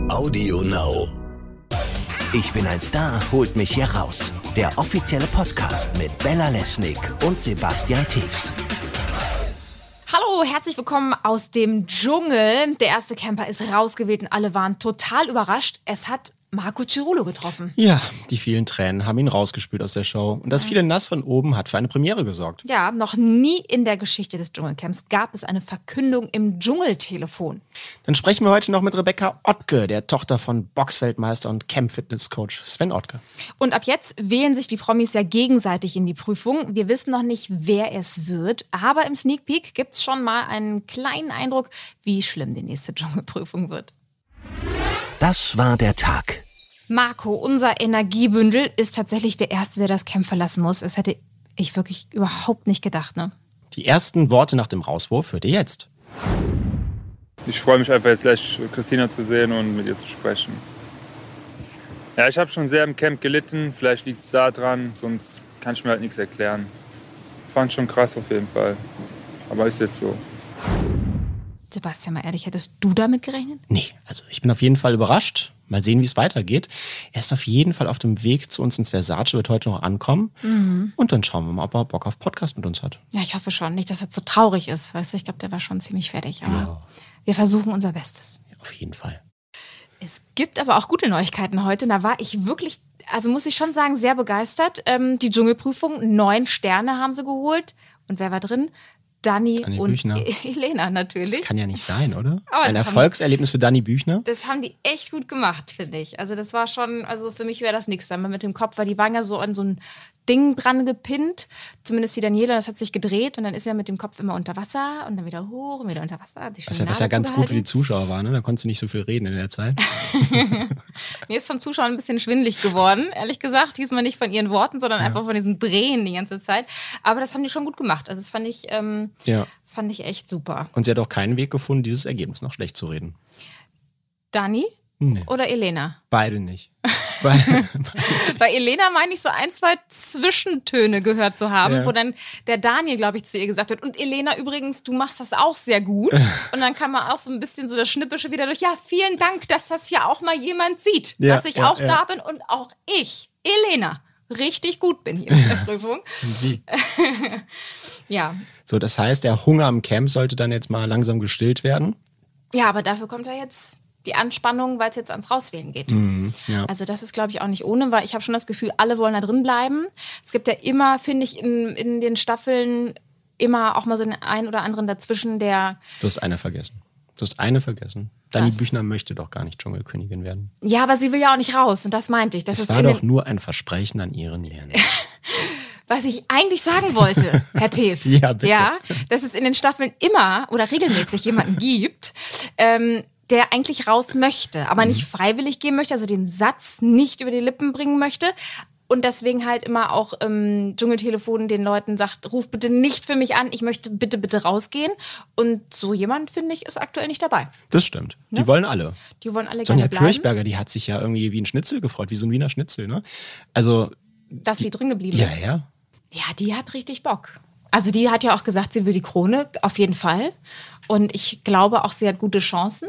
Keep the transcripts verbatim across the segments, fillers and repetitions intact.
Audio Now. Ich bin ein Star, holt mich hier raus. Der offizielle Podcast mit Bella Lesnick und Sebastian Tiefs. Hallo, herzlich willkommen aus dem Dschungel. Der erste Camper ist rausgewählt und alle waren total überrascht. Es hat Marco Cirulo getroffen. Ja, die vielen Tränen haben ihn rausgespült aus der Show. Und das viele Nass von oben hat für eine Premiere gesorgt. Ja, noch nie in der Geschichte des Dschungelcamps gab es eine Verkündung im Dschungeltelefon. Dann sprechen wir heute noch mit Rebecca Ottke, der Tochter von Boxweltmeister und Camp-Fitness-Coach Sven Ottke. Und ab jetzt wählen sich die Promis ja gegenseitig in die Prüfung. Wir wissen noch nicht, wer es wird. Aber im Sneak Peek gibt es schon mal einen kleinen Eindruck, wie schlimm die nächste Dschungelprüfung wird. Das war der Tag. Marco, unser Energiebündel, ist tatsächlich der Erste, der das Camp verlassen muss. Das hätte ich wirklich überhaupt nicht gedacht, ne? Die ersten Worte nach dem Rauswurf hört ihr jetzt. Ich freue mich einfach jetzt gleich, Christina zu sehen und mit ihr zu sprechen. Ja, ich habe schon sehr im Camp gelitten. Vielleicht liegt es da dran, sonst kann ich mir halt nichts erklären. Fand schon krass auf jeden Fall. Aber ist jetzt so. Sebastian, mal ehrlich, hättest du damit gerechnet? Nee, also ich bin auf jeden Fall überrascht. Mal sehen, wie es weitergeht. Er ist auf jeden Fall auf dem Weg zu uns ins Versace, wird heute noch ankommen. Mhm. Und dann schauen wir mal, ob er Bock auf Podcast mit uns hat. Ja, ich hoffe schon. Nicht, dass er zu traurig ist. Weißt du, ich glaube, der war schon ziemlich fertig. Aber Ja. wir versuchen unser Bestes. Ja, auf jeden Fall. Es gibt aber auch gute Neuigkeiten heute. Da war ich wirklich, also muss ich schon sagen, sehr begeistert. Ähm, die Dschungelprüfung, neun Sterne haben sie geholt. Und wer war drin? Dani, Dani und Büchner. E- Elena natürlich. Das kann ja nicht sein, oder? Aber Ein das haben- Erfolgserlebnis für Dani Büchner. Das haben die echt gut gemacht, finde ich. Also das war schon, also für mich wäre das nichts. Dann mit dem Kopf, weil die waren ja so an so ein Ding dran gepinnt. Zumindest die Daniela, das hat sich gedreht und dann ist er mit dem Kopf immer unter Wasser und dann wieder hoch und wieder unter Wasser. Hat sich Was schön ja, was ja Nase ganz gut für die zugehalten. Zuschauer war, ne? Da konntest du nicht so viel reden in der Zeit. Mir ist vom Zuschauen ein bisschen schwindelig geworden, ehrlich gesagt. Diesmal nicht von ihren Worten, sondern Ja. einfach von diesem Drehen die ganze Zeit. Aber das haben die schon gut gemacht. Also das fand ich, ähm, Ja. fand ich echt super. Und sie hat auch keinen Weg gefunden, dieses Ergebnis noch schlecht zu reden. Dani Nee, oder Elena? beide nicht. Beide. Bei Elena meine ich so ein, zwei Zwischentöne gehört zu haben, Ja. wo dann der Daniel, glaube ich, zu ihr gesagt hat, und Elena übrigens, du machst das auch sehr gut. Und dann kann man auch so ein bisschen so das Schnippische wieder durch, ja, vielen Dank, dass das ja auch mal jemand sieht, Ja, dass ich ja, auch ja. da bin und auch ich, Elena, richtig gut bin hier in der Prüfung. Wie? Ja. So, das heißt, der Hunger am Camp sollte dann jetzt mal langsam gestillt werden. Ja, aber dafür kommt ja jetzt die Anspannung, weil es jetzt ans Rauswählen geht. Mhm, ja. Also das ist, glaube ich, auch nicht ohne, weil ich habe schon das Gefühl, alle wollen da drin bleiben. Es gibt ja immer, finde ich, in, in den Staffeln immer auch mal so den einen oder anderen dazwischen, der, Du hast eine vergessen. Du hast eine vergessen. Dani Was? Büchner möchte doch gar nicht Dschungelkönigin werden. ja, aber sie will ja auch nicht raus und das meinte ich. Das Es ist war in doch den, nur ein Versprechen an ihren Lehren. was ich eigentlich sagen wollte, Herr Tews. Ja, bitte. Ja, dass es in den Staffeln immer oder regelmäßig jemanden gibt, ähm, der eigentlich raus möchte, aber nicht freiwillig gehen möchte, also den Satz nicht über die Lippen bringen möchte. Und deswegen halt immer auch im Dschungeltelefon den Leuten sagt, ruf bitte nicht für mich an, ich möchte bitte, bitte rausgehen. Und so jemand, finde ich, ist aktuell nicht dabei. Das stimmt. Die Ne? wollen alle. Die wollen alle Sonja gerne bleiben, Kirchberger, die hat sich ja irgendwie wie ein Schnitzel gefreut, wie so ein Wiener Schnitzel, ne? Also, dass sie drin geblieben ja, ist. ja. Ja, die hat richtig Bock. Also die hat ja auch gesagt, sie will die Krone, auf jeden Fall. Und ich glaube auch, sie hat gute Chancen.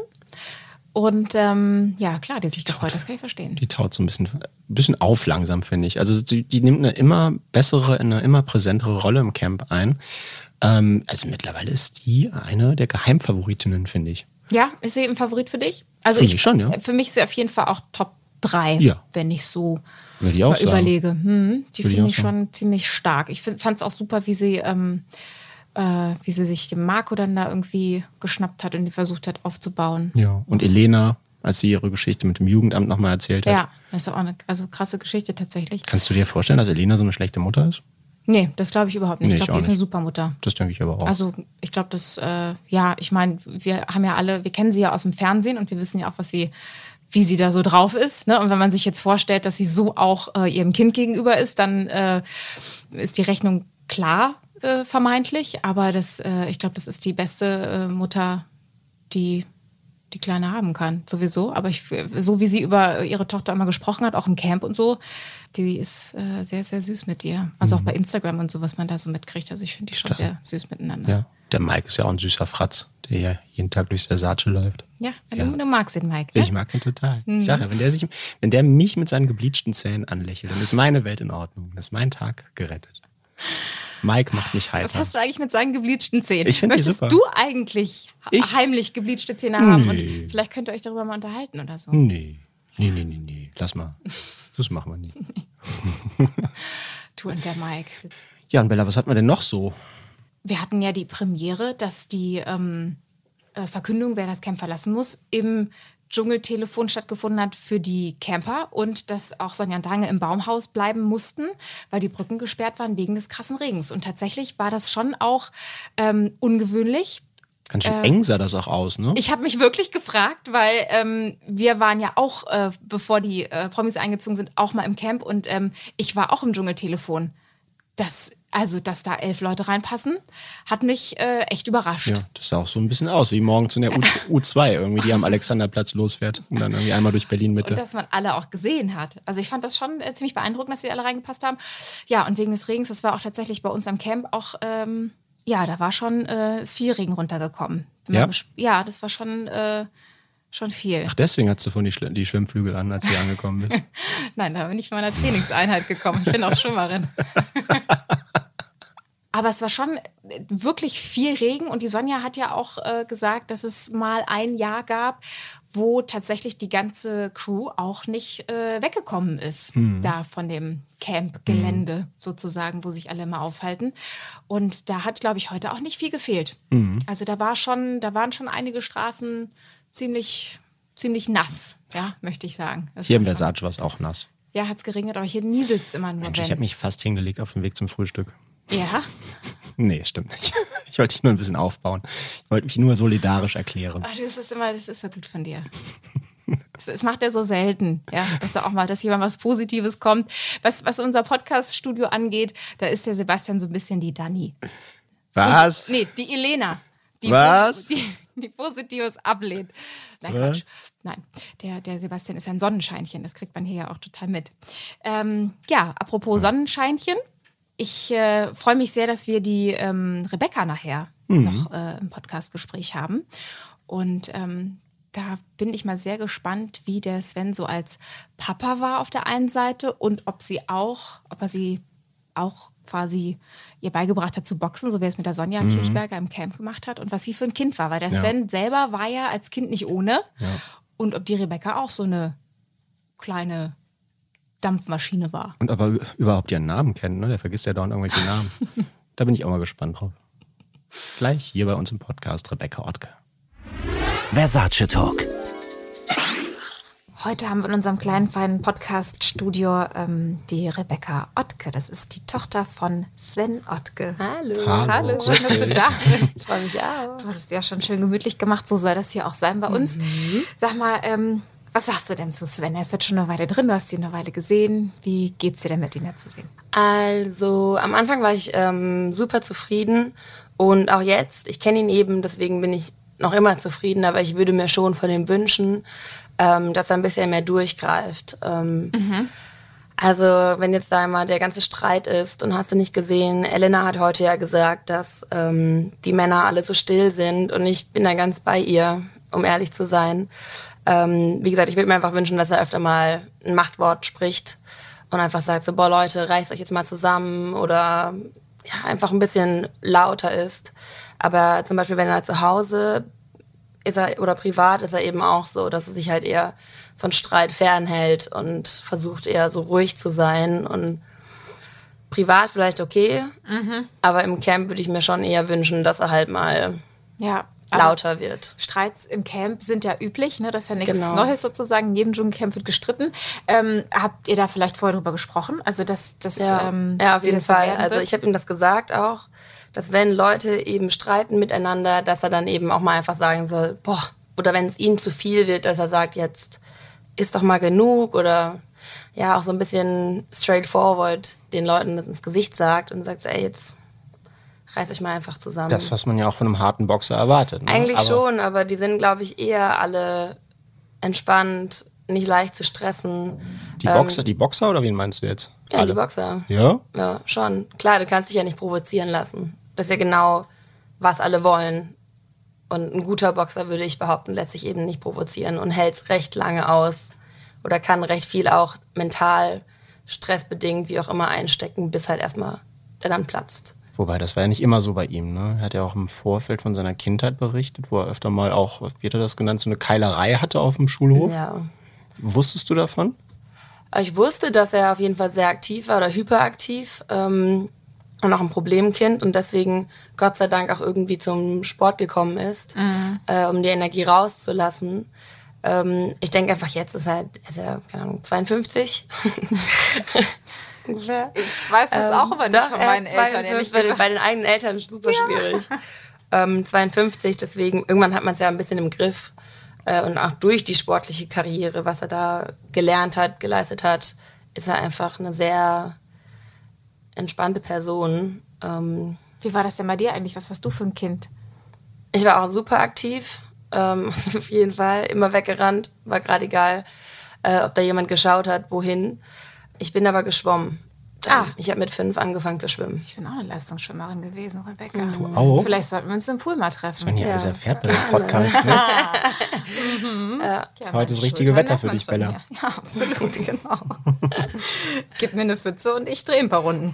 Und ähm, ja, klar, die hat sich gefreut, das kann ich verstehen. Die taut so ein bisschen, ein bisschen auf langsam, finde ich. Also die, die nimmt eine immer bessere, eine immer präsentere Rolle im Camp ein. Ähm, also mittlerweile ist die eine der Geheimfavoritinnen, finde ich. Ja, ist sie ein Favorit für dich? Also Finde ich schon, ja. Für mich ist sie auf jeden Fall auch Top drei, Ja. wenn ich so Würde ich auch mal sagen. überlege. Hm, die Würde ich finde auch ich schon ziemlich stark. Ich fand es auch super, wie sie, ähm, äh, wie sie sich den Marco dann da irgendwie geschnappt hat und die versucht hat aufzubauen. Ja. Und Elena, als sie ihre Geschichte mit dem Jugendamt nochmal erzählt hat. Ja, das ist auch eine also krasse Geschichte tatsächlich. Kannst du dir vorstellen, dass Elena so eine schlechte Mutter ist? Nee, das glaube ich überhaupt nicht. Nee, ich ich glaube, auch die ist eine nicht. Supermutter. Das denke ich aber auch. Also ich glaube, das, äh, ja, ich meine, wir haben ja alle, wir kennen sie ja aus dem Fernsehen und wir wissen ja auch, was sie, wie sie da so drauf ist. Ne? Und wenn man sich jetzt vorstellt, dass sie so auch äh, ihrem Kind gegenüber ist, dann äh, ist die Rechnung klar, äh, vermeintlich. Aber das, äh, ich glaube, das ist die beste äh, Mutter, die die Kleine haben kann, sowieso. Aber ich, so wie sie über ihre Tochter immer gesprochen hat, auch im Camp und so, die ist äh, sehr, sehr süß mit ihr. Also mhm. auch bei Instagram und so, was man da so mitkriegt. Also ich finde die schon Klasse. Sehr süß miteinander. Ja, der Mike ist ja auch ein süßer Fratz, der ja jeden Tag durchs Versace läuft. Ja, ja. Du, du magst den Mike, ne? Ich mag den total. Mhm. Ich sage ja, wenn der, sich, wenn der mich mit seinen gebleachten Zähnen anlächelt, dann ist meine Welt in Ordnung. Dann ist mein Tag gerettet. Mike macht mich heiter. Was hast du eigentlich mit seinen gebleachten Zähnen? Ich finde die super. Möchtest du eigentlich ich? heimlich gebleachte Zähne haben? Nee. Und vielleicht könnt ihr euch darüber mal unterhalten oder so. Nee, nee, nee, nee, nee. Lass mal. Das machen wir nicht. Du und der Mike. Ja, und Bella, was hatten wir denn noch so? Wir hatten ja die Premiere, dass die ähm, äh, Verkündung, wer das Camp verlassen muss, im Dschungeltelefon stattgefunden hat für die Camper und dass auch Sonja und Daniel im Baumhaus bleiben mussten, weil die Brücken gesperrt waren wegen des krassen Regens. Und tatsächlich war das schon auch ähm, ungewöhnlich. Ganz schön äh, eng sah das auch aus, ne? Ich habe mich wirklich gefragt, weil ähm, wir waren ja auch, äh, bevor die äh, Promis eingezogen sind, auch mal im Camp und ähm, ich war auch im Dschungeltelefon. Das, also, dass da elf Leute reinpassen, hat mich äh, echt überrascht. Ja, das sah auch so ein bisschen aus, wie morgens in der U zwei irgendwie, die am Alexanderplatz losfährt und dann irgendwie einmal durch Berlin-Mitte. Und dass man alle auch gesehen hat. Also ich fand das schon äh, ziemlich beeindruckend, dass sie alle reingepasst haben. Ja, und wegen des Regens, das war auch tatsächlich bei uns am Camp auch, ähm, ja, da war schon, äh, ist viel Regen runtergekommen. Ja? Ja, das war schon... Äh, Schon viel. Ach, deswegen hast du vorhin die, Schl- die Schwimmflügel an, als du angekommen bist. Nein, da bin ich von meiner Trainingseinheit gekommen. Ich bin auch Schwimmerin. Aber es war schon wirklich viel Regen und die Sonja hat ja auch äh, gesagt, dass es mal ein Jahr gab, wo tatsächlich die ganze Crew auch nicht äh, weggekommen ist, hm. da von dem Camp-Gelände hm. sozusagen, wo sich alle immer aufhalten. Und da hat, glaube ich, heute auch nicht viel gefehlt. Hm. Also da war schon, da waren schon einige Straßen ziemlich, ziemlich nass, ja, möchte ich sagen. Das hier im Versace war es auch nass. Ja, hat es geregnet, aber hier nieselt es immer nur. Mensch, ich habe mich fast hingelegt auf dem Weg zum Frühstück. Ja? Nee, stimmt nicht. Ich wollte dich nur ein bisschen aufbauen. Ich wollte mich nur solidarisch erklären. Ach, das ist immer, das ist so gut von dir. Das, das macht er so selten, ja, dass er auch mal, dass jemand was Positives kommt. Was, was unser Podcast-Studio angeht, da ist der Sebastian so ein bisschen die Dani. Was? Nee, die Elena. Die was? Die, die Positives ablehnt. Nein, Quatsch. Nein, der, der Sebastian ist ein Sonnenscheinchen. Das kriegt man hier ja auch total mit. Ähm, ja, apropos Sonnenscheinchen. Ich äh, freue mich sehr, dass wir die ähm, Rebecca nachher mhm. noch äh, im Podcastgespräch haben. Und ähm, da bin ich mal sehr gespannt, wie der Sven so als Papa war auf der einen Seite und ob sie auch, ob er sie auch quasi ihr beigebracht hat zu boxen, so wie er es mit der Sonja mhm. Kirchberger im Camp gemacht hat und was sie für ein Kind war. Weil der Sven ja. selber war ja als Kind nicht ohne. Ja. Und ob die Rebecca auch so eine kleine Dampfmaschine war. Und aber überhaupt ihren Namen kennen, ne? Der vergisst ja dauernd irgendwelche Namen. Da bin ich auch mal gespannt drauf. Gleich hier bei uns im Podcast Rebecca Ottke. Versace Talk. Heute haben wir in unserem kleinen, feinen Podcast-Studio ähm, die Rebecca Ottke. Das ist die Tochter von Sven Ottke. Hallo. Hallo. Hallo, schön, dass du da bist. Ich freue mich auch. Du hast es ja schon schön gemütlich gemacht. So soll das hier auch sein bei uns. Mhm. Sag mal, ähm, was sagst du denn zu Sven? Er ist jetzt schon eine Weile drin, du hast ihn eine Weile gesehen. Wie geht's dir denn mit ihm zu sehen? Also, am Anfang war ich ähm, super zufrieden. Und auch jetzt, ich kenne ihn eben, deswegen bin ich noch immer zufrieden. Aber ich würde mir schon von ihm wünschen, ähm, dass er ein bisschen mehr durchgreift. Ähm, Mhm. Also, wenn jetzt da immer der ganze Streit ist und hast du nicht gesehen, Elena hat heute ja gesagt, dass ähm, die Männer alle so still sind und ich bin da ganz bei ihr, um ehrlich zu sein. Ähm, wie gesagt, ich würde mir einfach wünschen, dass er öfter mal ein Machtwort spricht und einfach sagt so, boah Leute, reißt euch jetzt mal zusammen oder ja, einfach ein bisschen lauter ist. Aber zum Beispiel, wenn er zu Hause ist er oder privat ist er eben auch so, dass er sich halt eher von Streit fernhält und versucht eher so ruhig zu sein und privat vielleicht okay, Mhm. aber im Camp würde ich mir schon eher wünschen, dass er halt mal Ja. aber lauter wird. Streits im Camp sind ja üblich, ne? Das ist ja nichts Genau. Neues sozusagen. In jedem Dschungelcamp wird gestritten. Ähm, habt ihr da vielleicht vorher drüber gesprochen? Also, dass das. Ja, ähm, ja auf wie jeden das so Fall. werden Also wird? ich habe ihm das gesagt auch, dass wenn Leute eben streiten miteinander, dass er dann eben auch mal einfach sagen soll, boah, oder wenn es ihm zu viel wird, dass er sagt, jetzt ist doch mal genug oder ja, auch so ein bisschen straightforward den Leuten das ins Gesicht sagt und sagt, ey, jetzt reiß dich mal einfach zusammen. Das, was man ja auch von einem harten Boxer erwartet. Ne? Eigentlich aber schon, aber die sind, glaube ich, eher alle entspannt, nicht leicht zu stressen. Die Boxer, ähm, die Boxer oder wen meinst du jetzt? Ja, alle? Die Boxer. Ja? Ja, schon. Klar, du kannst dich ja nicht provozieren lassen. Das ist ja genau, was alle wollen. Und ein guter Boxer, würde ich behaupten, lässt sich eben nicht provozieren und hält es recht lange aus. Oder kann recht viel auch mental, stressbedingt, wie auch immer, einstecken, bis halt erstmal der dann platzt. Wobei, das war ja nicht immer so bei ihm. Ne? Er hat ja auch im Vorfeld von seiner Kindheit berichtet, wo er öfter mal auch, wie hat er das genannt, so eine Keilerei hatte auf dem Schulhof. Ja. Wusstest du davon? Ich wusste, dass er auf jeden Fall sehr aktiv war oder hyperaktiv ähm, und auch ein Problemkind und deswegen Gott sei Dank auch irgendwie zum Sport gekommen ist, mhm. äh, um die Energie rauszulassen. Ähm, ich denke einfach, jetzt ist er, ist er keine Ahnung, zweiundfünfzig. Ungefähr. Ich weiß das ähm, auch aber nicht von meinen Eltern. Ehrlich bei, bei den eigenen Eltern super ja. schwierig. Ähm, zweiundfünfzig, deswegen, irgendwann hat man es ja ein bisschen im Griff. Äh, und auch durch die sportliche Karriere, was er da gelernt hat, geleistet hat, ist er einfach eine sehr entspannte Person. Ähm, Wie war das denn bei dir eigentlich? Was warst du für ein Kind? Ich war auch super aktiv, ähm, auf jeden Fall. Immer weggerannt, war gerade egal, äh, ob da jemand geschaut hat, wohin. Ich bin aber geschwommen. Ah. Ich habe mit fünf angefangen zu schwimmen. Ich bin auch eine Leistungsschwimmerin gewesen, Rebecca. Du auch? Vielleicht sollten wir uns im Pool mal treffen. Das man hier ja. alles erfährt bei dem Podcast. Ne? mhm. ja. Das ist heute das richtige Schultern Wetter für dich, Bella. Hier. Ja, absolut, genau. Gib mir eine Pfütze und ich drehe ein paar Runden.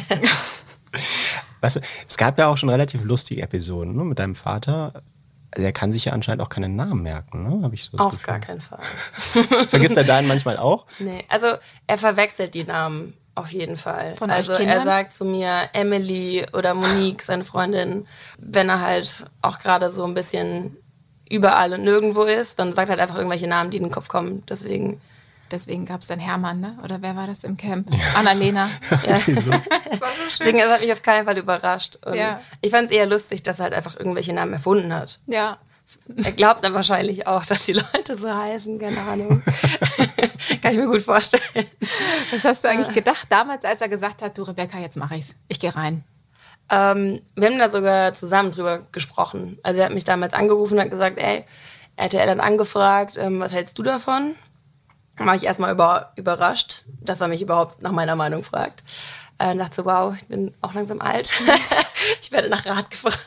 Weißt du, es gab ja auch schon relativ lustige Episoden, ne, mit deinem Vater. Also er kann sich ja anscheinend auch keine Namen merken, ne? Hab ich so das Auf Gefühl. gar keinen Fall. Vergisst er deinen manchmal auch? Nee, also er verwechselt die Namen auf jeden Fall. Von also euch Kindern? Er sagt zu mir Emily oder Monique, seine Freundin, wenn er halt auch gerade so ein bisschen überall und nirgendwo ist, dann sagt er halt einfach irgendwelche Namen, die in den Kopf kommen. Deswegen... Deswegen gab es dann Hermann, ne? Oder wer war das im Camp? Ja. Annalena. Ja. Das war so schön. Deswegen, das hat mich auf keinen Fall überrascht. Und ja. Ich fand es eher lustig, dass er halt einfach irgendwelche Namen erfunden hat. Ja. Er glaubt dann wahrscheinlich auch, dass die Leute so heißen, keine Ahnung. Kann ich mir gut vorstellen. Was hast du eigentlich gedacht damals, als er gesagt hat, du Rebecca, jetzt mache ich's. Ich gehe rein. Ähm, wir haben da sogar zusammen drüber gesprochen. Also er hat mich damals angerufen und hat gesagt, ey, R T L dann angefragt, ähm, was hältst du davon? Da war ich erstmal über, überrascht, dass er mich überhaupt nach meiner Meinung fragt. Äh, und dachte so, wow, ich bin auch langsam alt. Ich werde nach Rat gefragt.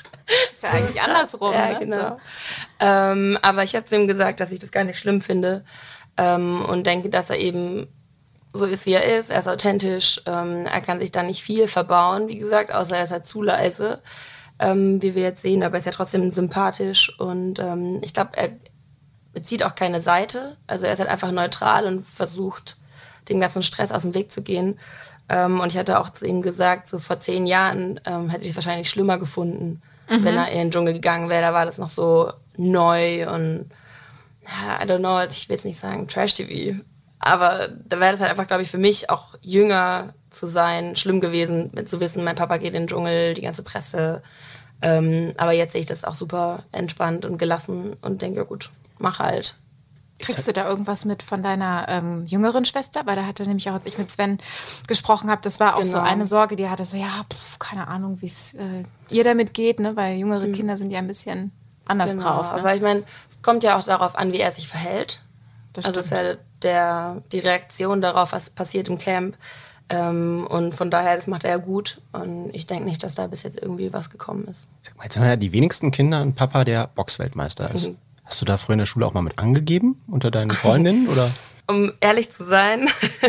Ist ja eigentlich andersrum. Ja, ne? genau. Ähm, aber ich habe zu ihm gesagt, dass ich das gar nicht schlimm finde ähm, und denke, dass er eben so ist, wie er ist. Er ist authentisch. Ähm, er kann sich da nicht viel verbauen, wie gesagt, außer er ist halt zu leise, ähm, wie wir jetzt sehen. Aber er ist ja trotzdem sympathisch und ähm, ich glaube, er bezieht auch keine Seite. Also er ist halt einfach neutral und versucht, dem ganzen Stress aus dem Weg zu gehen. Ähm, und ich hatte auch zu ihm gesagt, so vor zehn Jahren ähm, hätte ich es wahrscheinlich schlimmer gefunden, mhm. wenn er in den Dschungel gegangen wäre. Da war das noch so neu und ja, I don't know, ich will jetzt nicht sagen Trash-T V. Aber da wäre das halt einfach, glaube ich, für mich auch jünger zu sein, schlimm gewesen, zu wissen, mein Papa geht in den Dschungel, die ganze Presse. Ähm, aber jetzt sehe ich das auch super entspannt und gelassen und denke, ja gut, mach halt. Kriegst du da irgendwas mit von deiner ähm, jüngeren Schwester? Weil da hatte nämlich auch, als ich mit Sven gesprochen habe, das war auch genau. so eine Sorge, die hatte so, ja, pf, keine Ahnung, wie es äh, ihr damit geht, ne? Weil jüngere mhm. Kinder sind ja ein bisschen anders genau, drauf. Ne? Aber ich meine, es kommt ja auch darauf an, wie er sich verhält. Das also es ist ja der, die Reaktion darauf, was passiert im Camp. Ähm, und von daher, das macht er ja gut. Und ich denke nicht, dass da bis jetzt irgendwie was gekommen ist. Sag mal, jetzt haben wir ja die wenigsten Kinder ein Papa, der Boxweltmeister ist. Mhm. Hast du da früher in der Schule auch mal mit angegeben unter deinen Freundinnen? Oder? Um ehrlich zu sein,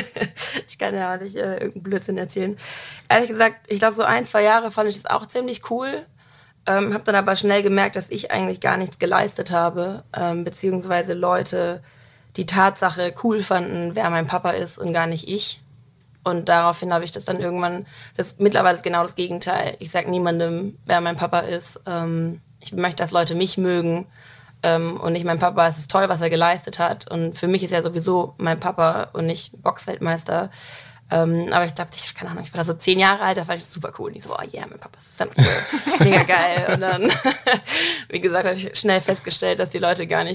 ich kann ja auch nicht äh, irgendeinen Blödsinn erzählen. Ehrlich gesagt, ich glaube, so ein, zwei Jahre fand ich das auch ziemlich cool. Ähm, habe dann aber schnell gemerkt, dass ich eigentlich gar nichts geleistet habe. Ähm, beziehungsweise Leute die Tatsache cool fanden, wer mein Papa ist und gar nicht ich. Und daraufhin habe ich das dann irgendwann, das ist mittlerweile ist genau das Gegenteil. Ich sage niemandem, wer mein Papa ist. Ähm, ich möchte, dass Leute mich mögen. Ähm, und nicht mein Papa, es ist toll, was er geleistet hat. Und für mich ist er sowieso mein Papa und nicht Boxweltmeister. Ähm, aber ich glaube, ich, keine Ahnung, ich war da so zehn Jahre alt, da fand ich das super cool. Und ich so, oh yeah, mein Papa ist dann cool. Mega geil. Und dann, wie gesagt, habe ich schnell festgestellt, dass die Leute gar nicht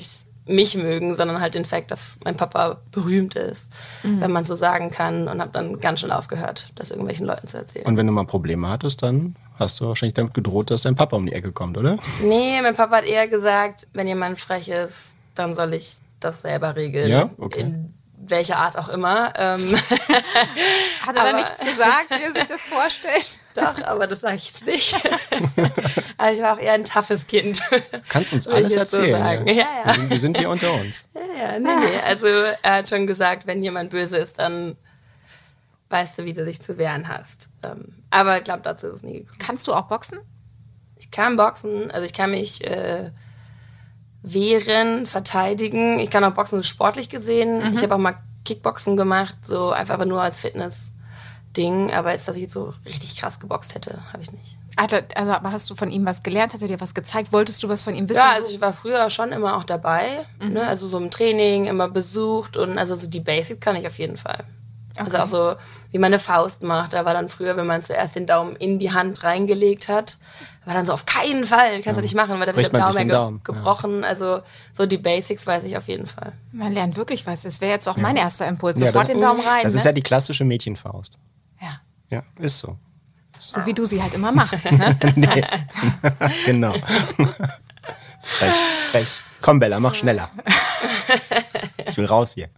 mich mögen, sondern halt den Fakt, dass mein Papa berühmt ist, mhm. wenn man so sagen kann, und habe dann ganz schnell aufgehört, das irgendwelchen Leuten zu erzählen. Und wenn du mal Probleme hattest, dann hast du wahrscheinlich damit gedroht, dass dein Papa um die Ecke kommt, oder? Nee, mein Papa hat eher gesagt, wenn jemand frech ist, dann soll ich das selber regeln. Ja, okay. In welcher Art auch immer. Ähm Hat er da nichts gesagt, wie er sich das vorstellt? Doch, aber das sage ich jetzt nicht. Also ich war auch eher ein toughes Kind. Du kannst uns alles erzählen. So ja. Ja, ja. Wir, sind, wir sind hier unter uns. Ja, ja, nee, nee. Also er hat schon gesagt, wenn jemand böse ist, dann weißt du, wie du dich zu wehren hast. Aber ich glaube, dazu ist es nie gekommen. Kannst du auch boxen? Ich kann boxen, also ich kann mich äh, wehren, verteidigen. Ich kann auch boxen sportlich gesehen. Mhm. Ich habe auch mal Kickboxen gemacht, so einfach aber nur als Fitness-Ding. Aber jetzt, dass ich jetzt so richtig krass geboxt hätte, habe ich nicht. Also, aber hast du von ihm was gelernt? Hat er dir was gezeigt? Wolltest du was von ihm wissen? Ja, also ich war früher schon immer auch dabei. Mhm. Ne? Also so im Training, immer besucht. Und also so die Basics kann ich auf jeden Fall. Okay. Also auch so, wie man eine Faust macht. Da war dann früher, wenn man zuerst den Daumen in die Hand reingelegt hat, war dann so, auf keinen Fall, kannst ja. du nicht machen, weil da wird der Daumen, ja ge- gebrochen. Ja. Also so die Basics weiß ich auf jeden Fall. Man lernt wirklich was. Das wäre jetzt auch ja. mein erster Impuls. Sofort ja, das, den Daumen rein. Das ne? ist ja die klassische Mädchenfaust. Ja. Ja, ist so. So wie du sie halt immer machst. Ne? Nee. Genau. Frech, frech. Komm, Bella, mach schneller. Ich will raus hier.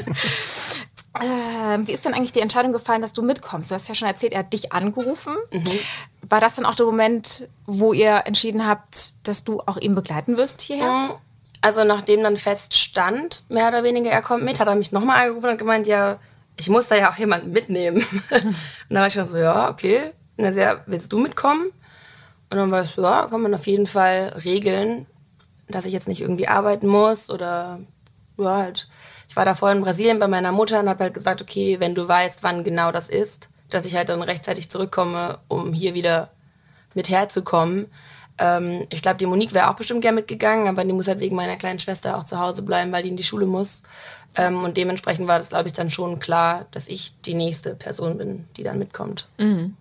Äh, wie ist denn eigentlich die Entscheidung gefallen, dass du mitkommst? Du hast ja schon erzählt, er hat dich angerufen. Mhm. War das dann auch der Moment, wo ihr entschieden habt, dass du auch ihn begleiten wirst hierher? Also nachdem dann feststand, mehr oder weniger, er kommt mit, hat er mich nochmal angerufen und gemeint, ja, ich muss da ja auch jemanden mitnehmen. Und dann war ich schon so, ja, okay. Und dann sagt er, willst du mitkommen? Und dann war ich so, ja, kann man auf jeden Fall regeln, dass ich jetzt nicht irgendwie arbeiten muss oder ja, halt. Ich war davor in Brasilien bei meiner Mutter und habe halt gesagt, okay, wenn du weißt, wann genau das ist, dass ich halt dann rechtzeitig zurückkomme, um hier wieder mit herzukommen. Ähm, ich glaube, die Monique wäre auch bestimmt gern mitgegangen, aber die muss halt wegen meiner kleinen Schwester auch zu Hause bleiben, weil die in die Schule muss. Ähm, und dementsprechend war das, glaube ich, dann schon klar, dass ich die nächste Person bin, die dann mitkommt. Mhm.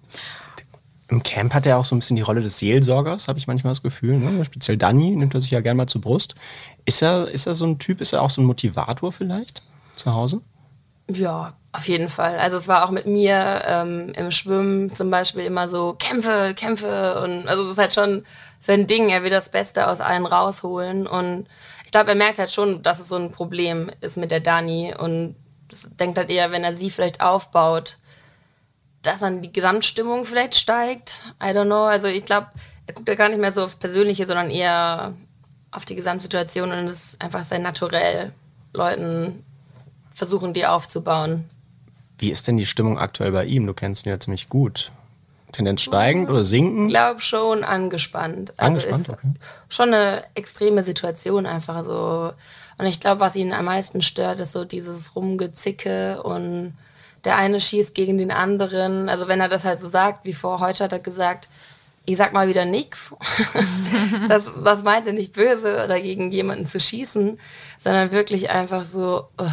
Im Camp hat er auch so ein bisschen die Rolle des Seelsorgers, habe ich manchmal das Gefühl. Ne? Speziell Dani nimmt er sich ja gerne mal zur Brust. Ist er, ist er so ein Typ, ist er auch so ein Motivator vielleicht zu Hause? Ja, auf jeden Fall. Also es war auch mit mir ähm, im Schwimmen zum Beispiel immer so Kämpfe, Kämpfe. Und also es ist halt schon sein Ding. Er will das Beste aus allen rausholen. Und ich glaube, er merkt halt schon, dass es so ein Problem ist mit der Dani. Und denkt halt eher, wenn er sie vielleicht aufbaut, dass dann die Gesamtstimmung vielleicht steigt. I don't know. Also ich glaube, er guckt ja gar nicht mehr so aufs Persönliche, sondern eher auf die Gesamtsituation. Und es ist einfach sehr naturell, Leuten versuchen, die aufzubauen. Wie ist denn die Stimmung aktuell bei ihm? Du kennst ihn ja ziemlich gut. Tendenz steigend oder sinkend? Ich glaube schon angespannt. Also angespannt, ist okay. Schon eine extreme Situation einfach so. Und ich glaube, was ihn am meisten stört, ist so dieses Rumgezicke und der eine schießt gegen den anderen. Also wenn er das halt so sagt, wie vor heute hat er gesagt, ich sag mal wieder nix. das, das meint er nicht böse oder gegen jemanden zu schießen, sondern wirklich einfach so, uh,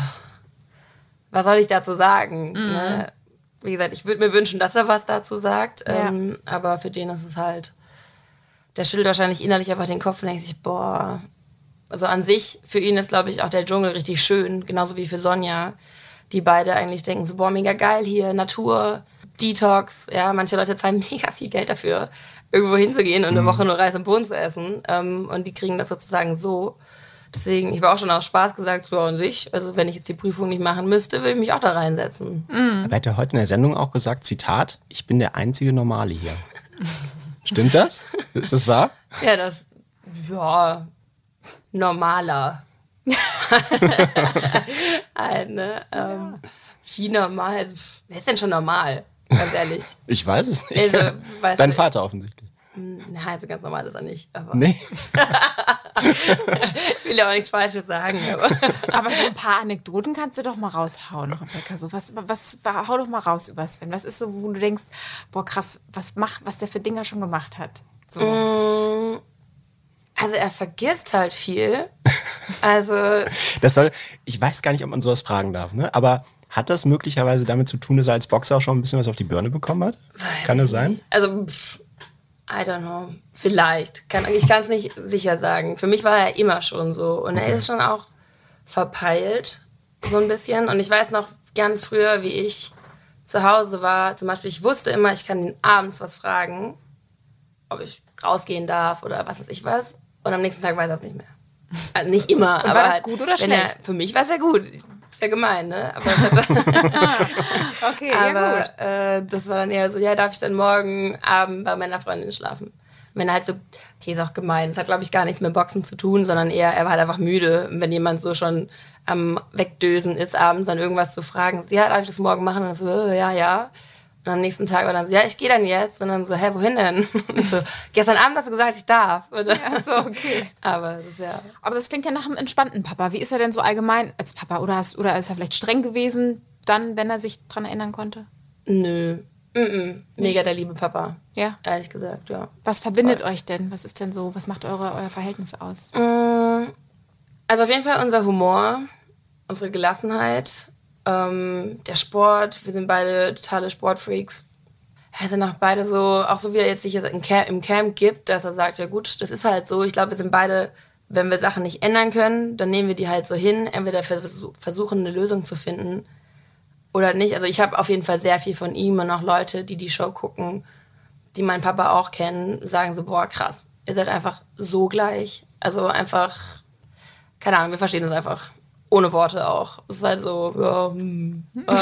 was soll ich dazu sagen? Mhm. Ne? Wie gesagt, ich würde mir wünschen, dass er was dazu sagt, ja. ähm, aber für den ist es halt, der schüttelt wahrscheinlich innerlich einfach den Kopf und denkt sich, boah, also an sich, für ihn ist, glaube ich, auch der Dschungel richtig schön, genauso wie für Sonja, die beide eigentlich denken so, boah, mega geil hier, Natur, Detox, ja, manche Leute zahlen mega viel Geld dafür, irgendwo hinzugehen und eine mhm. Woche nur Reis und Bohnen zu essen, ähm, und die kriegen das sozusagen so. Deswegen, ich habe auch schon aus Spaß gesagt, so an sich, also wenn ich jetzt die Prüfung nicht machen müsste, würde ich mich auch da reinsetzen. Mhm. Aber hat er heute in der Sendung auch gesagt, Zitat, ich bin der einzige Normale hier. Stimmt das? Ist das wahr? Ja, das, ja, normaler. halt, ne? Ähm, wie normal? Also, wer ist denn schon normal? Ganz ehrlich. Ich weiß es nicht. Also, weiß Dein nicht. Vater offensichtlich. Nein, also ganz normal ist er nicht. Aber nee. Ich will ja auch nichts Falsches sagen. Aber. aber so ein paar Anekdoten kannst du doch mal raushauen, Rebecca. So, was, was, hau doch mal raus über Sven. Was ist so, wo du denkst, boah krass, was, macht, was der für Dinger schon gemacht hat? So. Mm. Also er vergisst halt viel. Also das soll, ich weiß gar nicht, ob man sowas fragen darf, ne? Aber hat das möglicherweise damit zu tun, dass er als Boxer auch schon ein bisschen was auf die Birne bekommen hat? Weiß Kann das sein? Also pff, I don't know. Vielleicht. Kann, ich kann es nicht sicher sagen. Für mich war er immer schon so. Und okay. er ist schon auch verpeilt, so ein bisschen. Und ich weiß noch ganz früher, wie ich zu Hause war. Zum Beispiel, ich wusste immer, ich kann ihn abends was fragen, ob ich rausgehen darf oder was weiß ich was. Und am nächsten Tag weiß er es nicht mehr. Also nicht immer. Und aber war das halt, gut oder schlecht? Er, für mich war es ja gut. Ist ja gemein, ne? Aber, ich hatte okay, aber ja gut. Äh, das war dann eher so, ja, darf ich dann morgen Abend bei meiner Freundin schlafen? Wenn er halt so, okay, ist auch gemein. Das hat, glaube ich, gar nichts mit Boxen zu tun, sondern eher, er war halt einfach müde. Wenn jemand so schon am Wegdösen ist, abends dann irgendwas zu fragen, so, ja, darf ich das morgen machen? Und dann so, äh, ja, ja. Und am nächsten Tag war dann so, ja, ich gehe dann jetzt. Und dann so, hä, wohin denn? Und ich so, gestern Abend hast du gesagt, ich darf. Oder? Ja, so, okay. Aber das ist ja... Aber das klingt ja nach einem entspannten Papa. Wie ist er denn so allgemein als Papa? Oder, hast, oder ist er vielleicht streng gewesen, dann, wenn er sich dran erinnern konnte? Nö. Mm-mm. Mega der liebe Papa. Ja? Ehrlich gesagt, ja. Was verbindet Voll. euch denn? Was ist denn so, was macht eure, euer Verhältnis aus? Also auf jeden Fall unser Humor, unsere Gelassenheit, ähm, der Sport. Wir sind beide totale Sportfreaks. Wir sind auch beide so, auch so wie er jetzt sich im Camp, im Camp gibt, dass er sagt, ja gut, das ist halt so. Ich glaube, wir sind beide, wenn wir Sachen nicht ändern können, dann nehmen wir die halt so hin. Entweder versuchen, eine Lösung zu finden oder nicht. Also ich habe auf jeden Fall sehr viel von ihm und auch Leute, die die Show gucken, die meinen Papa auch kennen, sagen so, boah, krass, ihr seid einfach so gleich. Also einfach, keine Ahnung, wir verstehen es einfach. Ohne Worte auch. Es ist halt so, ja, hm.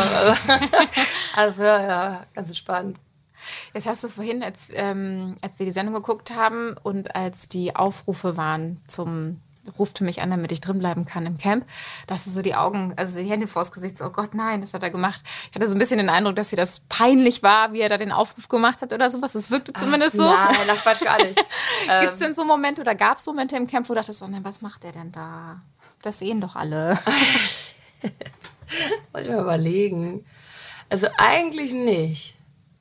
Also ja, ja, ganz entspannt. Jetzt hast du vorhin, als, ähm, als wir die Sendung geguckt haben und als die Aufrufe waren zum Rufte mich an, damit ich drin bleiben kann im Camp, da hast du so die Augen, also die Hände vors Gesicht, so, oh Gott, nein, das hat er gemacht. Ich hatte so ein bisschen den Eindruck, dass dir das peinlich war, wie er da den Aufruf gemacht hat oder sowas. Das wirkte zumindest so. Nein, ach Quatsch, gar nicht. Gibt es denn so Momente oder gab es Momente im Camp, wo du dachtest, oh nein, was macht der denn da? Das sehen doch alle. Muss ich mal überlegen. Also eigentlich nicht.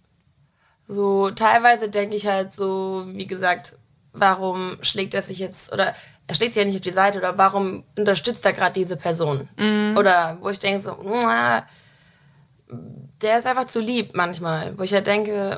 So teilweise denke ich halt so, wie gesagt, warum schlägt er sich jetzt, oder er schlägt sich ja nicht auf die Seite, oder warum unterstützt er gerade diese Person? Mm. Oder wo ich denke so, muah, der ist einfach zu lieb manchmal. Wo ich halt denke,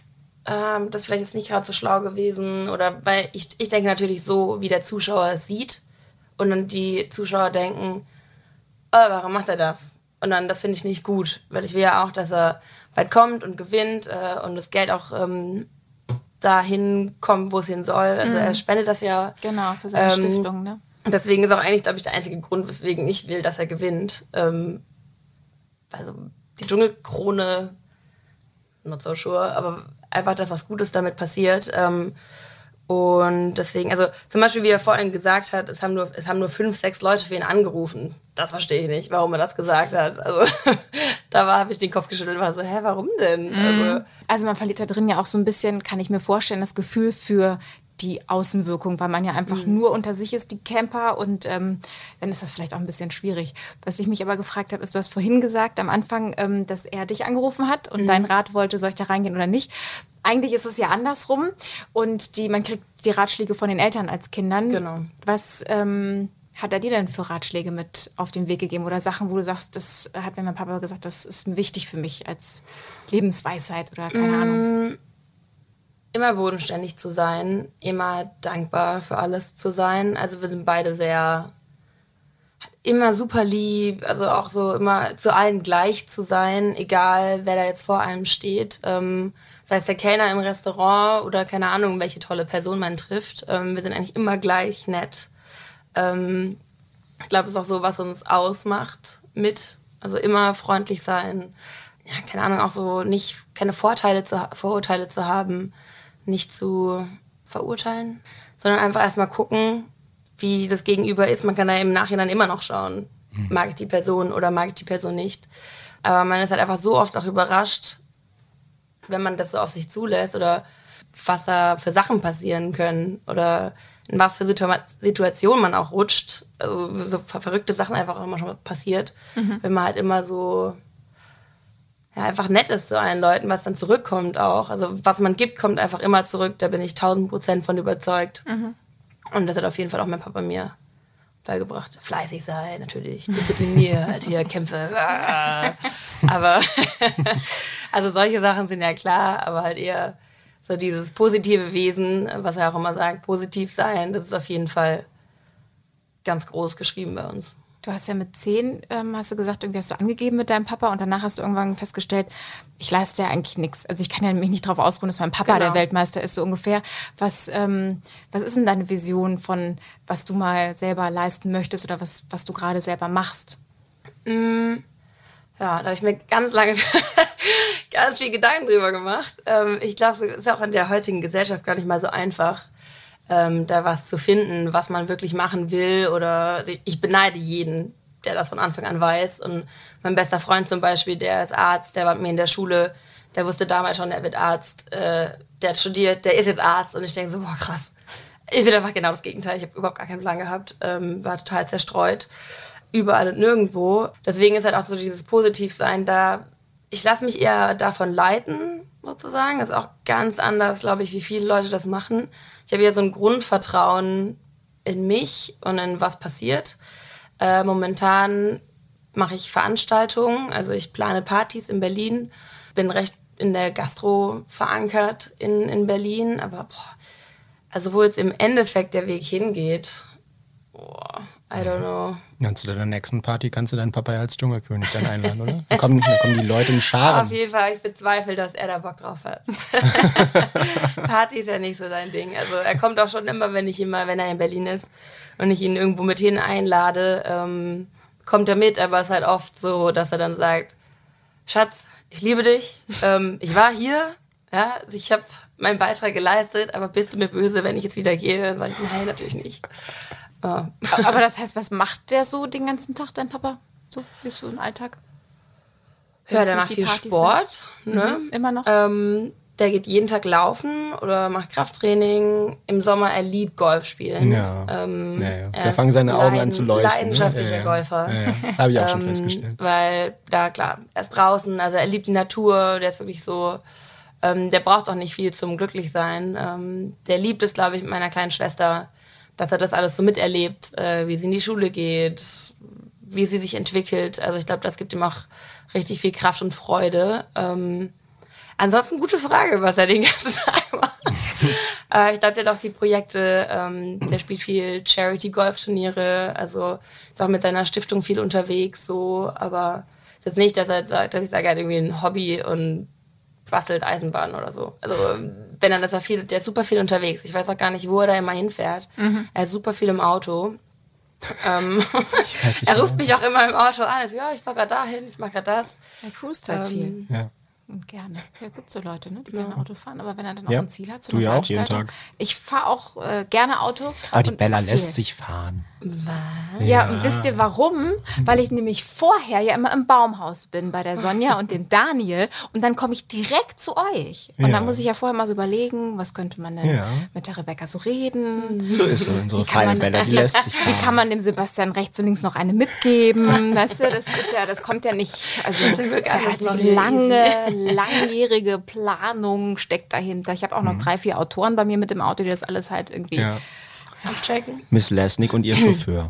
ähm, das vielleicht ist nicht gerade so schlau gewesen. Oder weil ich, ich denke natürlich so, wie der Zuschauer es sieht. Und dann die Zuschauer denken, oh, warum macht er das? Und dann, das finde ich nicht gut, weil ich will ja auch, dass er weit kommt und gewinnt äh, und das Geld auch ähm, dahin kommt, wo es hin soll. Also mhm. er spendet das ja. Genau, für seine ähm, Stiftung, ne? Und deswegen ist auch eigentlich, glaube ich, der einzige Grund, weswegen ich will, dass er gewinnt. Ähm, also die Dschungelkrone, not so sure, aber einfach, dass was Gutes damit passiert. Ähm, Und deswegen, also zum Beispiel, wie er vorhin gesagt hat, es haben nur, es haben nur fünf, sechs Leute für ihn angerufen. Das verstehe ich nicht, warum er das gesagt hat. Also da habe ich den Kopf geschüttelt und war so, hä, warum denn? Mhm. Also, also man verliert da drin ja auch so ein bisschen, kann ich mir vorstellen, das Gefühl für die Außenwirkung, weil man ja einfach mhm. nur unter sich ist, die Camper, und ähm, dann ist das vielleicht auch ein bisschen schwierig. Was ich mich aber gefragt habe, ist, du hast vorhin gesagt am Anfang, ähm, dass er dich angerufen hat und mhm. dein Rat wollte, soll ich da reingehen oder nicht? Eigentlich ist es ja andersrum und die, man kriegt die Ratschläge von den Eltern als Kindern. Genau. Was ähm, hat er dir denn für Ratschläge mit auf den Weg gegeben oder Sachen, wo du sagst, das hat mir mein Papa gesagt, das ist wichtig für mich als Lebensweisheit oder keine mm. Ahnung? Immer bodenständig zu sein, immer dankbar für alles zu sein. Also wir sind beide sehr, immer super lieb, also auch so immer zu allen gleich zu sein, egal wer da jetzt vor einem steht. Ähm, sei es der Kellner im Restaurant oder keine Ahnung, welche tolle Person man trifft. Ähm, wir sind eigentlich immer gleich nett. Ähm, ich glaube, das ist auch so, was uns ausmacht mit. Also immer freundlich sein. Ja, keine Ahnung, auch so nicht, keine Vorteile zu, Vorurteile zu haben, nicht zu verurteilen, sondern einfach erstmal gucken, wie das Gegenüber ist. Man kann da im Nachhinein immer noch schauen, mhm. mag ich die Person oder mag ich die Person nicht. Aber man ist halt einfach so oft auch überrascht, wenn man das so auf sich zulässt oder was da für Sachen passieren können oder in was für Situa- Situationen man auch rutscht. Also so verrückte Sachen einfach auch immer schon passiert, mhm. wenn man halt immer so ja, einfach nett ist zu allen Leuten, was dann zurückkommt auch. Also was man gibt, kommt einfach immer zurück. Da bin ich tausend Prozent von überzeugt. Mhm. Und das hat auf jeden Fall auch mein Papa mir beigebracht. Fleißig sein, natürlich. Diszipliniert, hier Kämpfe. Aber also solche Sachen sind ja klar, aber halt eher so dieses positive Wesen, was er auch immer sagt, positiv sein, das ist auf jeden Fall ganz groß geschrieben bei uns. Du hast ja mit zehn, ähm, hast du gesagt, irgendwie hast du angegeben mit deinem Papa und danach hast du irgendwann festgestellt, ich leiste ja eigentlich nichts. Also ich kann ja mich nicht darauf ausruhen, dass mein Papa genau. der Weltmeister ist, so ungefähr. Was, ähm, was ist denn deine Vision von, was du mal selber leisten möchtest oder was, was du gerade selber machst? Mm, ja, da habe ich mir ganz lange ganz viel Gedanken drüber gemacht. Ähm, ich glaube, es ist auch in der heutigen Gesellschaft gar nicht mal so einfach, Ähm, da was zu finden, was man wirklich machen will. Oder ich beneide jeden, der das von Anfang an weiß. Und mein bester Freund zum Beispiel, der ist Arzt, der war mit mir in der Schule, der wusste damals schon, er wird Arzt, äh, der hat studiert, der ist jetzt Arzt. Und ich denke so, boah, krass. Ich bin einfach genau das Gegenteil. Ich habe überhaupt gar keinen Plan gehabt, ähm, war total zerstreut, überall und nirgendwo. Deswegen ist halt auch so dieses Positivsein da. Ich lasse mich eher davon leiten, sozusagen. Das ist auch ganz anders, glaube ich, wie viele Leute das machen. Ich habe ja so ein Grundvertrauen in mich und in was passiert. Äh, momentan mache ich Veranstaltungen, also ich plane Partys in Berlin, bin recht in der Gastro verankert in, in Berlin, aber boah, also wo jetzt im Endeffekt der Weg hingeht, boah, I don't know. Ja, zu deiner nächsten Party kannst du deinen Papa ja als Dschungelkönig dann einladen, oder? Dann kommen, dann kommen die Leute in Scharen. Auf jeden Fall habe ich bezweifelt, dass er da Bock drauf hat. Party ist ja nicht so dein Ding. Also er kommt auch schon immer, wenn ich immer, wenn er in Berlin ist und ich ihn irgendwo mit hin einlade, ähm, kommt er mit, aber es ist halt oft so, dass er dann sagt, Schatz, ich liebe dich, ähm, ich war hier, ja, ich habe meinen Beitrag geleistet, aber bist du mir böse, wenn ich jetzt wieder gehe? Dann sage ich, nein, natürlich nicht. Oh. Aber das heißt, was macht der so den ganzen Tag, dein Papa? So, wie ist so ein Alltag? Ja, der macht viel Sport. Ne? Mhm, immer noch? Ähm, der geht jeden Tag laufen oder macht Krafttraining. Im Sommer, er liebt Golf spielen. Ja. Ähm, ja, ja. Da fangen seine Augen an zu leuchten. Leidenschaftlicher ne? ja, ja. Golfer. Ja, ja. Habe ich auch schon ähm, festgestellt. Weil da, klar, er ist draußen, also er liebt die Natur, der ist wirklich so, ähm, der braucht auch nicht viel zum Glücklichsein. Ähm, der liebt es, glaube ich, mit meiner kleinen Schwester, dass er das alles so miterlebt, äh, wie sie in die Schule geht, wie sie sich entwickelt. Also ich glaube, das gibt ihm auch richtig viel Kraft und Freude. Ähm, ansonsten gute Frage, was er den ganzen Tag macht. äh, ich glaube, der hat auch viele Projekte. Ähm, der spielt viel Charity-Golf-Turniere. Also ist auch mit seiner Stiftung viel unterwegs. So, aber es ist jetzt nicht, dass er jetzt sagt, dass ich sage, er hat irgendwie ein Hobby und bastelt Eisenbahn oder so. Also wenn dann ist er viel, der ist super viel unterwegs. Ich weiß auch gar nicht, wo er da immer hinfährt. Mhm. Er ist super viel im Auto. ähm, er ruft mich auch immer im Auto an. Also, ja, ich fahr gerade dahin, ich mach gerade das. Er cruist halt ähm, viel. Ja. Und gerne. Ja, gibt so Leute, ne, die gerne Ja. Auto fahren. Aber wenn er dann auch Ja. ein Ziel hat, so Du eine ja auch jeden Veranstaltung. Tag. Ich fahre auch äh, gerne Auto. Aber die und Bella viel. lässt sich fahren. Was? Ja, und wisst ihr warum? Weil ich nämlich vorher ja immer im Baumhaus bin bei der Sonja und dem Daniel und dann komme ich direkt zu euch. Und Ja. dann muss ich ja vorher mal so überlegen, was könnte man denn Ja. mit der Rebecca so reden? So ist sie, unsere Wie kann feine man- Bella, die lässt sich Wie fahren. kann man dem Sebastian rechts und links noch eine mitgeben? Weißt du, das ist ja, das kommt ja nicht, also das sind ist wirklich ja alles halt noch so hier lange, langjährige Planung steckt dahinter. Ich habe auch noch drei, vier Autoren bei mir mit im Auto, die das alles halt irgendwie, ja, Ja. Abchecken. Miss Lesnick und ihr Chauffeur.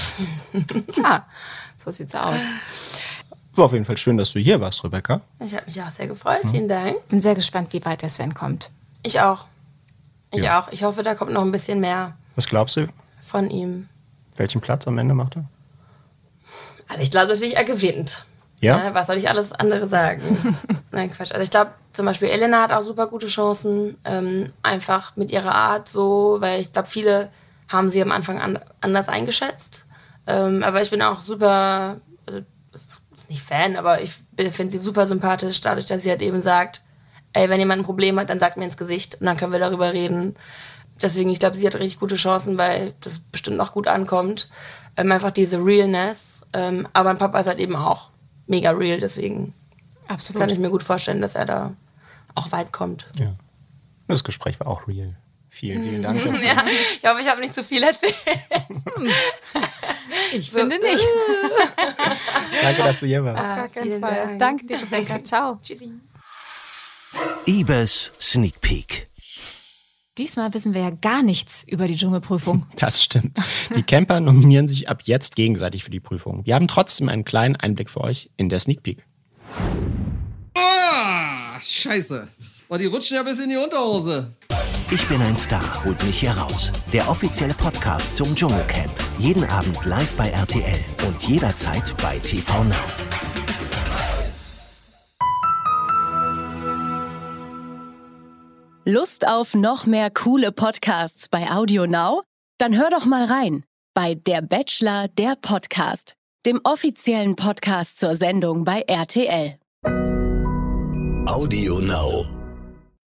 so sieht's aus. War auf jeden Fall schön, dass du hier warst, Rebecca. Ich habe mich auch sehr gefreut. Vielen Dank. Bin sehr gespannt, wie weit der Sven kommt. Ich auch. Ich Ja. auch. Ich hoffe, da kommt noch ein bisschen mehr Was glaubst du? von ihm. Welchen Platz am Ende macht er? Also ich glaube natürlich, er gewinnt. Ja? Ja, was soll ich alles andere sagen? Nein, Quatsch. Also ich glaube, zum Beispiel Elena hat auch super gute Chancen, ähm, einfach mit ihrer Art so, weil ich glaube, viele haben sie am Anfang an, anders eingeschätzt. Ähm, aber ich bin auch super, also ist ist nicht Fan, aber ich finde sie super sympathisch, dadurch, dass sie halt eben sagt, ey, wenn jemand ein Problem hat, dann sagt mir ins Gesicht und dann können wir darüber reden. Deswegen, ich glaube, sie hat richtig gute Chancen, weil das bestimmt auch gut ankommt. Ähm, einfach diese Realness. Ähm, aber mein Papa ist halt eben auch mega real, deswegen Absolut. kann ich mir gut vorstellen, dass er da auch weit kommt. Ja. Das Gespräch war auch real. Vielen, vielen Dank. dafür. Ja, ich hoffe, ich habe nicht zu viel erzählt. Ich finde nicht. Danke, dass du hier warst. Ah, Gar keinen vielen Fall. Dank. Danke dir, Rebecca. Ciao. Tschüssi. Ibis Sneak Peek. Diesmal wissen wir ja gar nichts über die Dschungelprüfung. Das stimmt. Die Camper nominieren sich ab jetzt gegenseitig für die Prüfung. Wir haben trotzdem einen kleinen Einblick für euch in der Sneak Peek. Ah, scheiße. Und die rutschen ja bis in die Unterhose. Ich bin ein Star, holt mich hier raus. Der offizielle Podcast zum Dschungelcamp. Jeden Abend live bei R T L und jederzeit bei T V Now. Lust auf noch mehr coole Podcasts bei Audio Now? Dann hör doch mal rein bei Der Bachelor, der Podcast, dem offiziellen Podcast zur Sendung bei R T L. Audio Now.